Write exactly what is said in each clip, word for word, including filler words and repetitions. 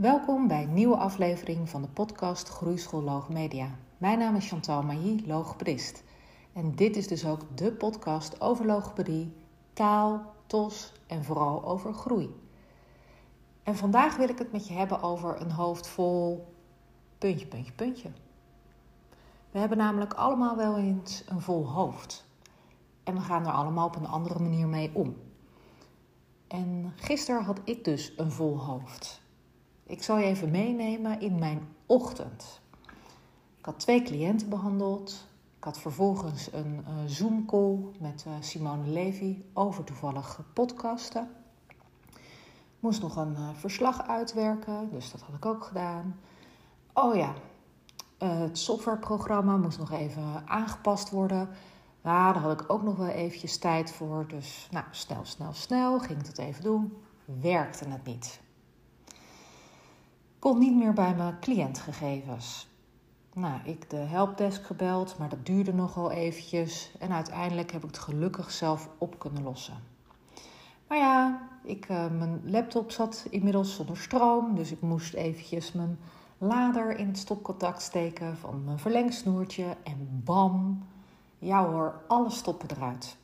Welkom bij een nieuwe aflevering van de podcast Groeischool Logomedia. Mijn naam is Chantal Mailly, logopedist. En dit is dus ook de podcast over logopedie, taal, T O S en vooral over groei. En vandaag wil ik het met je hebben over een hoofd vol puntje, puntje, puntje. We hebben namelijk allemaal wel eens een vol hoofd. En we gaan er allemaal op een andere manier mee om. En gisteren had ik dus een vol hoofd. Ik zal je even meenemen in mijn ochtend. Ik had twee cliënten behandeld. Ik had vervolgens een uh, Zoom-call met uh, Simone Levy over toevallige podcasten. Ik moest nog een uh, verslag uitwerken, dus dat had ik ook gedaan. Oh ja, uh, het softwareprogramma moest nog even aangepast worden. Ja, daar had ik ook nog wel eventjes tijd voor. Dus nou, snel, snel, snel ging ik dat even doen. Werkte het niet. Ik kon niet meer bij mijn cliëntgegevens. Nou, ik de helpdesk gebeld, maar dat duurde nogal eventjes. En uiteindelijk heb ik het gelukkig zelf op kunnen lossen. Maar ja, ik, uh, mijn laptop zat inmiddels zonder stroom. Dus ik moest eventjes mijn lader in het stopcontact steken van mijn verlengsnoertje. En bam, ja hoor, alle stoppen eruit.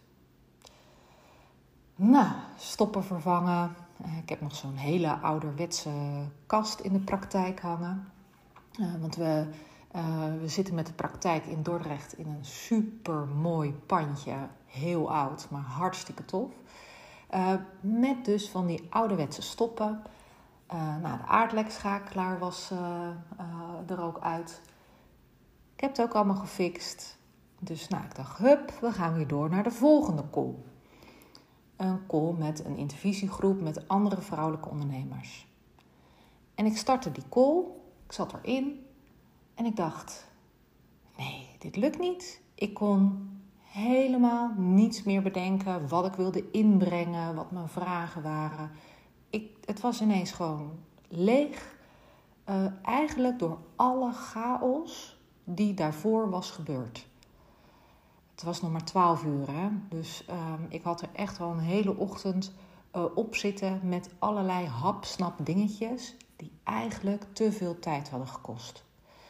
Nou, stoppen vervangen. Ik heb nog zo'n hele ouderwetse kast in de praktijk hangen. Uh, want we, uh, we zitten met de praktijk in Dordrecht in een super mooi pandje. Heel oud, maar hartstikke tof. Uh, met dus van die ouderwetse stoppen. Uh, nou, de aardlekschakelaar was uh, uh, er ook uit. Ik heb het ook allemaal gefixt. Dus nou, ik dacht, hup, we gaan weer door naar de volgende call. Een call met een intervisiegroep met andere vrouwelijke ondernemers. En ik startte die call, ik zat erin en ik dacht, nee, dit lukt niet. Ik kon helemaal niets meer bedenken wat ik wilde inbrengen, wat mijn vragen waren. Ik, het was ineens gewoon leeg, uh, eigenlijk door alle chaos die daarvoor was gebeurd. Het was nog maar twaalf uur, hè? Dus um, ik had er echt wel een hele ochtend uh, op zitten met allerlei hapsnap dingetjes die eigenlijk te veel tijd hadden gekost.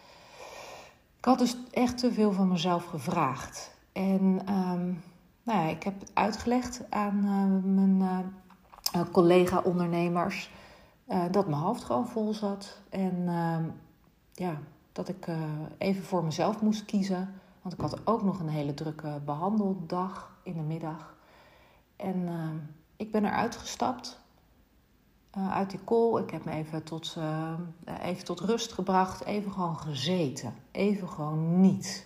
Ik had dus echt te veel van mezelf gevraagd. En um, nou ja, ik heb het uitgelegd aan uh, mijn uh, uh, collega-ondernemers uh, dat mijn hoofd gewoon vol zat. En uh, ja, dat ik uh, even voor mezelf moest kiezen. Want ik had ook nog een hele drukke behandeldag in de middag. En uh, ik ben eruit gestapt. Uh, uit die call. Ik heb me even tot, uh, even tot rust gebracht. Even gewoon gezeten. Even gewoon niet.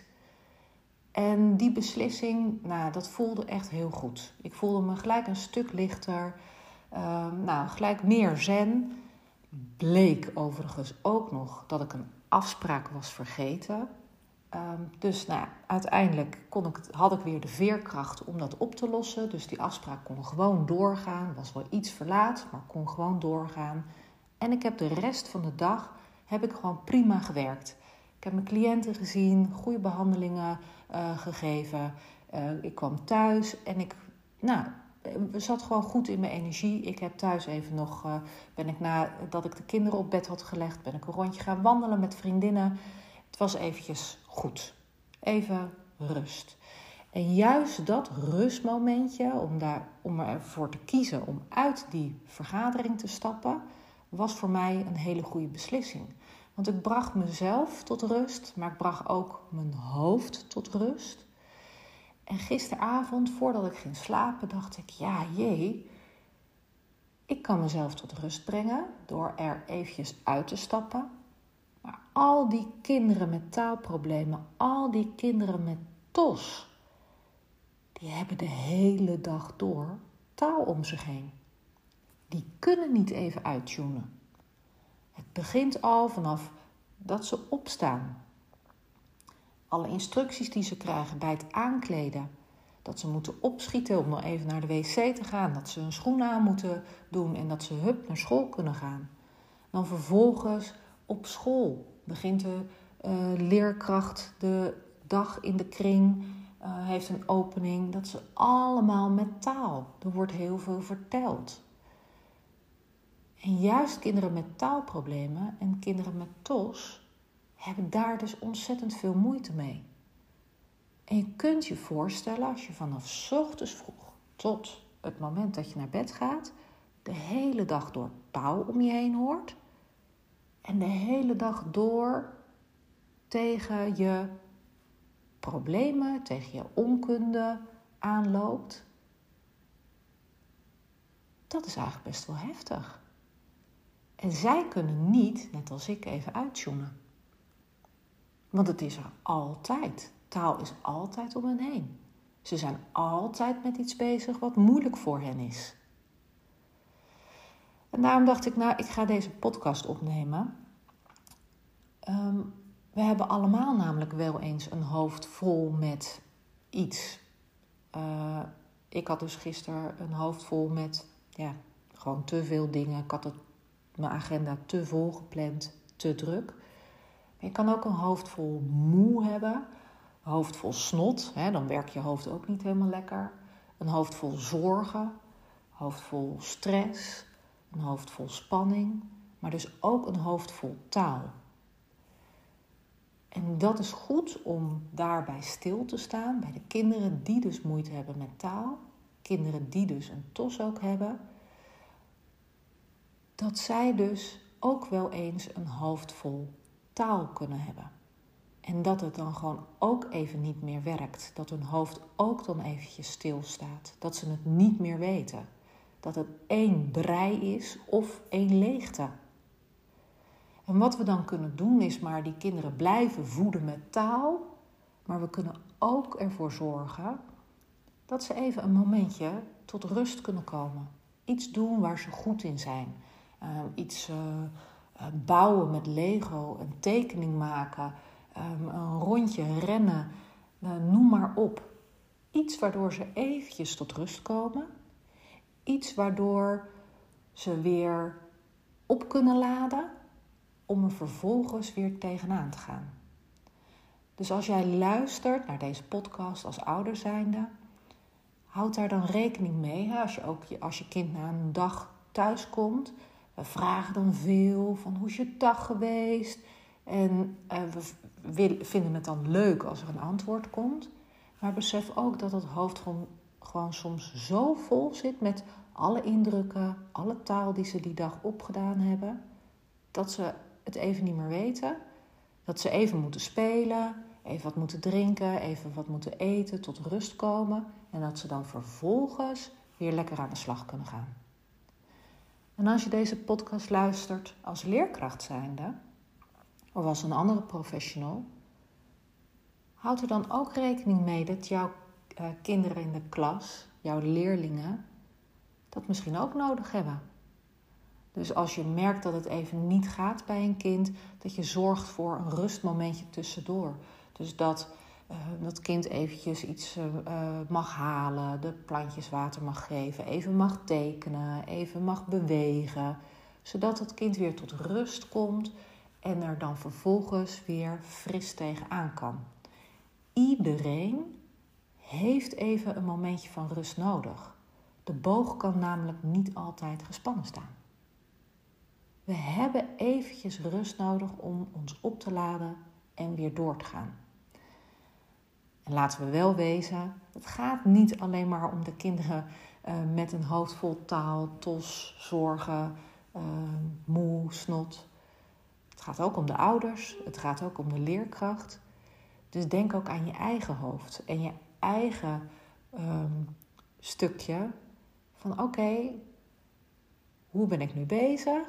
En die beslissing, nou, dat voelde echt heel goed. Ik voelde me gelijk een stuk lichter. Uh, nou, gelijk meer zen. Bleek overigens ook nog dat ik een afspraak was vergeten. Um, dus nou, uiteindelijk kon ik, had ik weer de veerkracht om dat op te lossen. Dus die afspraak kon gewoon doorgaan. Was wel iets verlaat, maar kon gewoon doorgaan. En ik heb de rest van de dag heb ik gewoon prima gewerkt. Ik heb mijn cliënten gezien, goede behandelingen uh, gegeven. Uh, ik kwam thuis en ik nou, zat gewoon goed in mijn energie. Ik heb thuis even nog, uh, ben ik nadat ik de kinderen op bed had gelegd, ben ik een rondje gaan wandelen met vriendinnen. Het was eventjes goed. Even rust. En juist dat rustmomentje, om, daar, om ervoor te kiezen om uit die vergadering te stappen, was voor mij een hele goede beslissing. Want ik bracht mezelf tot rust, maar ik bracht ook mijn hoofd tot rust. En gisteravond, voordat ik ging slapen, dacht ik, ja jee, ik kan mezelf tot rust brengen door er eventjes uit te stappen. Maar al die kinderen met taalproblemen, al die kinderen met T O S, die hebben de hele dag door taal om zich heen. Die kunnen niet even uittunen. Het begint al vanaf dat ze opstaan. Alle instructies die ze krijgen bij het aankleden. Dat ze moeten opschieten om nog even naar de wc te gaan. Dat ze hun schoenen aan moeten doen en dat ze hup naar school kunnen gaan. Dan vervolgens op school begint de uh, leerkracht de dag in de kring, uh, heeft een opening. Dat ze allemaal met taal. Er wordt heel veel verteld. En juist kinderen met taalproblemen en kinderen met T O S hebben daar dus ontzettend veel moeite mee. En je kunt je voorstellen als je vanaf 's ochtends vroeg tot het moment dat je naar bed gaat, de hele dag door taal om je heen hoort. En de hele dag door tegen je problemen, tegen je onkunde aanloopt. Dat is eigenlijk best wel heftig. En zij kunnen niet, net als ik, even uittunen. Want het is er altijd. Taal is altijd om hen heen. Ze zijn altijd met iets bezig wat moeilijk voor hen is. En daarom dacht ik, nou, ik ga deze podcast opnemen. Um, we hebben allemaal namelijk wel eens een hoofd vol met iets. Uh, ik had dus gisteren een hoofd vol met, ja, gewoon te veel dingen. Ik had het, mijn agenda te vol gepland, te druk. Maar je kan ook een hoofd vol moe hebben. Een hoofd vol snot, hè, dan werkt je hoofd ook niet helemaal lekker. Een hoofd vol zorgen, een hoofd vol stress, een hoofd vol spanning. Maar dus ook een hoofd vol taal. En dat is goed om daarbij stil te staan, bij de kinderen die dus moeite hebben met taal. Kinderen die dus een T O S ook hebben. Dat zij dus ook wel eens een hoofd vol taal kunnen hebben. En dat het dan gewoon ook even niet meer werkt. Dat hun hoofd ook dan eventjes stilstaat. Dat ze het niet meer weten. Dat het één brei is of één leegte. En wat we dan kunnen doen is maar die kinderen blijven voeden met taal. Maar we kunnen ook ervoor zorgen dat ze even een momentje tot rust kunnen komen. Iets doen waar ze goed in zijn. Uh, iets uh, uh, bouwen met Lego, een tekening maken, um, een rondje rennen, uh, noem maar op. Iets waardoor ze eventjes tot rust komen. Iets waardoor ze weer op kunnen laden om er vervolgens weer tegenaan te gaan. Dus als jij luistert naar deze podcast als ouder zijnde, houd daar dan rekening mee. Hè? Als je ook als je kind na een dag thuis komt, we vragen dan veel van hoe is je dag geweest? En uh, we vinden het dan leuk als er een antwoord komt. Maar besef ook dat het hoofd gewoon, gewoon soms zo vol zit met alle indrukken, alle taal die ze die dag opgedaan hebben, dat ze het even niet meer weten. Dat ze even moeten spelen, even wat moeten drinken, even wat moeten eten, tot rust komen. En dat ze dan vervolgens weer lekker aan de slag kunnen gaan. En als je deze podcast luistert als leerkracht zijnde, of als een andere professional, houd er dan ook rekening mee dat jouw uh, kinderen in de klas, jouw leerlingen, dat misschien ook nodig hebben. Dus als je merkt dat het even niet gaat bij een kind, dat je zorgt voor een rustmomentje tussendoor. Dus dat uh, dat kind eventjes iets uh, mag halen, de plantjes water mag geven, even mag tekenen, even mag bewegen. Zodat het kind weer tot rust komt en er dan vervolgens weer fris tegenaan kan. Iedereen heeft even een momentje van rust nodig. De boog kan namelijk niet altijd gespannen staan. We hebben eventjes rust nodig om ons op te laden en weer door te gaan. En laten we wel wezen, het gaat niet alleen maar om de kinderen uh, met een hoofd vol taal, T O S, zorgen, uh, moe, snot. Het gaat ook om de ouders, het gaat ook om de leerkracht. Dus denk ook aan je eigen hoofd en je eigen um, stukje van oké, okay, hoe ben ik nu bezig?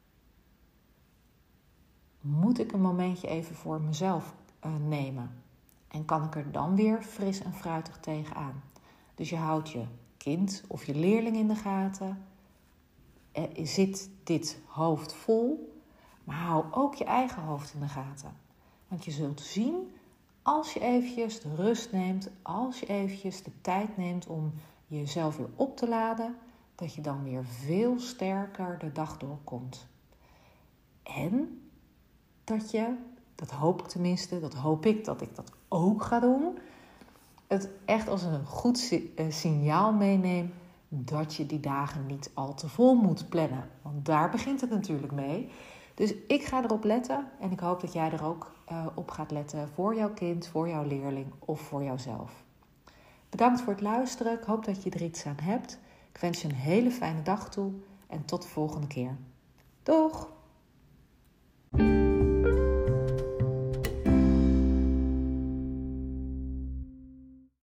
Moet ik een momentje even voor mezelf uh, nemen? En kan ik er dan weer fris en fruitig tegenaan? Dus je houdt je kind of je leerling in de gaten. Er zit dit hoofd vol, maar hou ook je eigen hoofd in de gaten. Want je zult zien, als je eventjes de rust neemt, als je eventjes de tijd neemt om jezelf weer op te laden, dat je dan weer veel sterker de dag doorkomt. En dat je, dat hoop ik tenminste, dat hoop ik dat ik dat ook ga doen, het echt als een goed signaal meeneem dat je die dagen niet al te vol moet plannen. Want daar begint het natuurlijk mee. Dus ik ga erop letten en ik hoop dat jij er ook uh, op gaat letten voor jouw kind, voor jouw leerling of voor jouzelf. Bedankt voor het luisteren. Ik hoop dat je er iets aan hebt. Ik wens je een hele fijne dag toe en tot de volgende keer. Doeg!